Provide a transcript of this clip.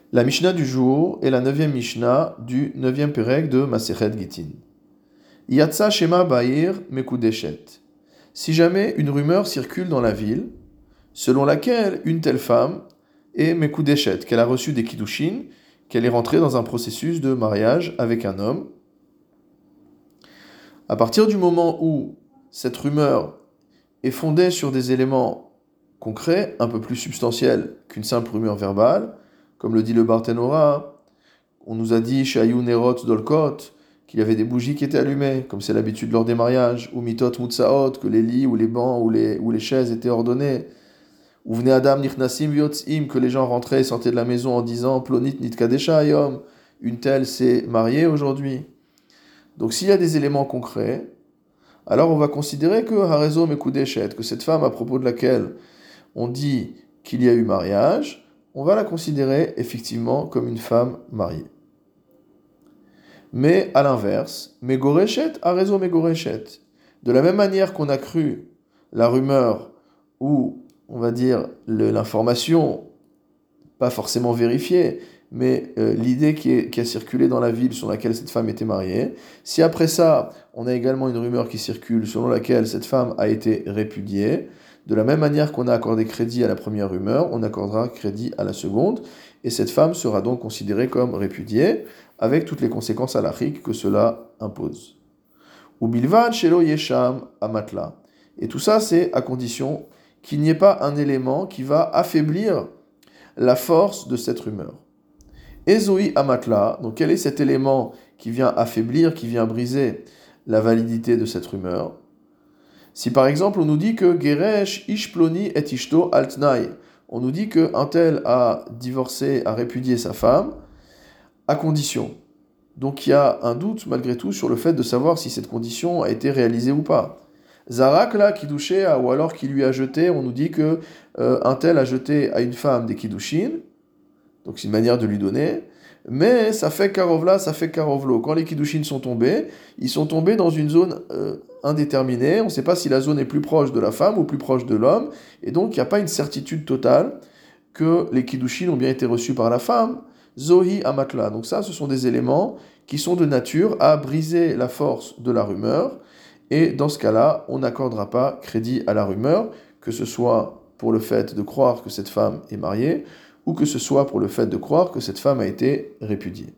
La Mishnah du jour est la 9e Mishnah du 9e Pérec de Masechet Gittin. Yatsa Shema Ba'ir Mekudeshet. Si jamais une rumeur circule dans la ville, selon laquelle une telle femme est Mekudeshet, qu'elle a reçu des Kiddushin, qu'elle est rentrée dans un processus de mariage avec un homme, à partir du moment où cette rumeur est fondée sur des éléments concrets, un peu plus substantiels qu'une simple rumeur verbale, comme le dit le Barthénora, on nous a dit chez Ayou Nerot Dolkot qu'il y avait des bougies qui étaient allumées, comme c'est l'habitude lors des mariages, ou Mitot Mutsaot, que les lits ou les bancs ou les chaises étaient ordonnés, ou Vne Adam Nichnasim Vyotzim, que les gens rentraient et sortaient de la maison en disant Plonit Nitkadesha Ayom, une telle s'est mariée aujourd'hui. Donc s'il y a des éléments concrets, alors on va considérer que Harezo Mekudeshet, que cette femme à propos de laquelle on dit qu'il y a eu mariage, on va la considérer effectivement comme une femme mariée. Mais à l'inverse, Megoreshet, Harezo Megoreshet. De la même manière qu'on a cru la rumeur ou, on va dire, l'information, pas forcément vérifiée, mais l'idée qui a circulé dans la ville sur laquelle cette femme était mariée, si après ça, on a également une rumeur qui circule selon laquelle cette femme a été répudiée, de la même manière qu'on a accordé crédit à la première rumeur, on accordera crédit à la seconde, et cette femme sera donc considérée comme répudiée, avec toutes les conséquences halachiques que cela impose. Ou bilvad shelo yesham amatla. Et tout ça, c'est à condition qu'il n'y ait pas un élément qui va affaiblir la force de cette rumeur. Ezoi amatla, donc quel est cet élément qui vient affaiblir, qui vient briser la validité de cette rumeur? Si par exemple on nous dit que Geresh ishploni et ishto altnai, on nous dit qu'un tel a divorcé, a répudié sa femme, à condition. Donc il y a un doute malgré tout sur le fait de savoir si cette condition a été réalisée ou pas. Zarak là, Kiddushin, ou alors qui lui a jeté, on nous dit que un tel a jeté à une femme des Kiddushin, donc c'est une manière de lui donner, mais ça fait Karovla, ça fait Karovlo. Quand les Kiddushin sont tombés, ils sont tombés dans une zone indéterminée, on ne sait pas si la zone est plus proche de la femme ou plus proche de l'homme, et donc il n'y a pas une certitude totale que les Kiddushin ont bien été reçus par la femme. Zohi Amatla. Donc ça, ce sont des éléments qui sont de nature à briser la force de la rumeur, et dans ce cas-là, on n'accordera pas crédit à la rumeur, que ce soit pour le fait de croire que cette femme est mariée, ou que ce soit pour le fait de croire que cette femme a été répudiée.